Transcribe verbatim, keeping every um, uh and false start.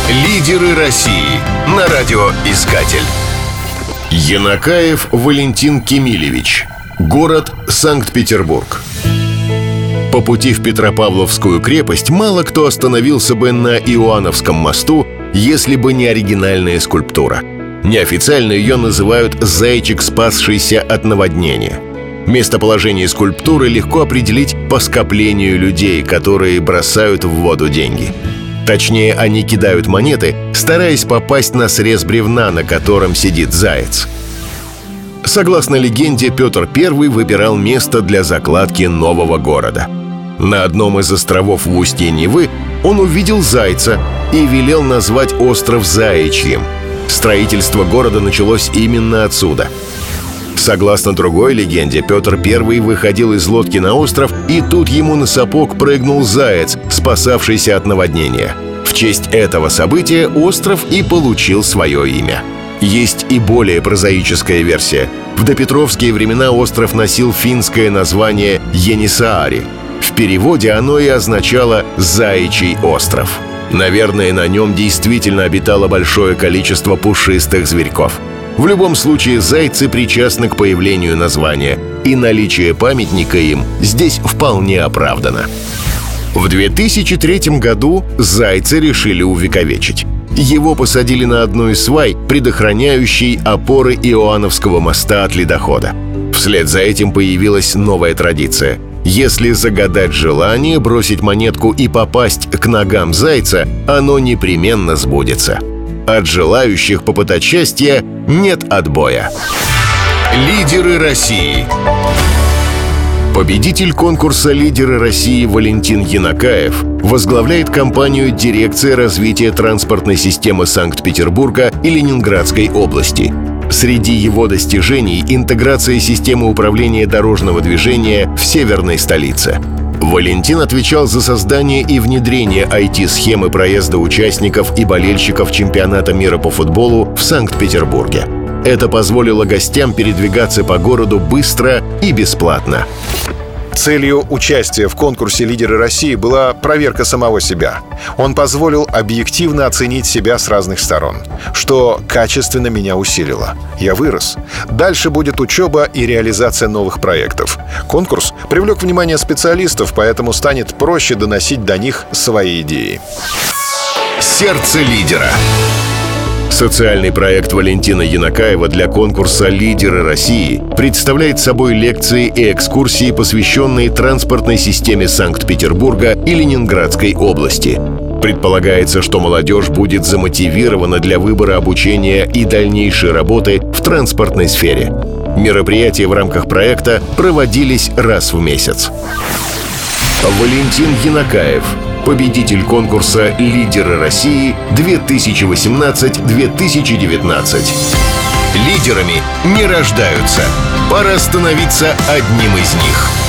Лидеры России на радиоискатель. Янакаев Валентин Кемилевич. Город Санкт-Петербург. По пути в Петропавловскую крепость мало кто остановился бы на Иоанновском мосту, если бы не оригинальная скульптура. Неофициально ее называют «зайчик, спасшийся от наводнения». Местоположение скульптуры легко определить по скоплению людей, которые бросают в воду деньги. Точнее, они кидают монеты, стараясь попасть на срез бревна, на котором сидит заяц. Согласно легенде, Петр Первый выбирал место для закладки нового города. На одном из островов в устье Невы он увидел зайца и велел назвать остров Заячьим. Строительство города началось именно отсюда. Согласно другой легенде, Петр Первый выходил из лодки на остров, и тут ему на сапог прыгнул заяц, спасавшийся от наводнения. В честь этого события остров и получил свое имя. Есть и более прозаическая версия. В допетровские времена остров носил финское название Енисаари. В переводе оно и означало «Заячий остров». Наверное, на нем действительно обитало большое количество пушистых зверьков. В любом случае, зайцы причастны к появлению названия, и наличие памятника им здесь вполне оправдано. В две тысячи третьем году зайца решили увековечить. Его посадили на одну из свай, предохраняющей опоры Иоанновского моста от ледохода. Вслед за этим появилась новая традиция. Если загадать желание, бросить монетку и попасть к ногам зайца, оно непременно сбудется. От желающих попытать счастья нет отбоя. Лидеры России. Победитель конкурса «Лидеры России» Валентин Янакаев возглавляет компанию «Дирекция развития транспортной системы Санкт-Петербурга и Ленинградской области». Среди его достижений — интеграция системы управления дорожного движения в северной столице. Валентин отвечал за создание и внедрение ай ти-схемы проезда участников и болельщиков чемпионата мира по футболу в Санкт-Петербурге. Это позволило гостям передвигаться по городу быстро и бесплатно. Целью участия в конкурсе «Лидеры России» была проверка самого себя. Он позволил объективно оценить себя с разных сторон, что качественно меня усилило. Я вырос. Дальше будет учеба и реализация новых проектов. Конкурс привлек внимание специалистов, поэтому станет проще доносить до них свои идеи. Сердце лидера. Социальный проект Валентина Янакаева для конкурса «Лидеры России» представляет собой лекции и экскурсии, посвященные транспортной системе Санкт-Петербурга и Ленинградской области. Предполагается, что молодежь будет замотивирована для выбора обучения и дальнейшей работы в транспортной сфере. Мероприятия в рамках проекта проводились раз в месяц. Валентин Янакаев. Победитель конкурса «Лидеры России» две тысячи восемнадцать — две тысячи девятнадцать. Лидерами не рождаются. Пора становиться одним из них.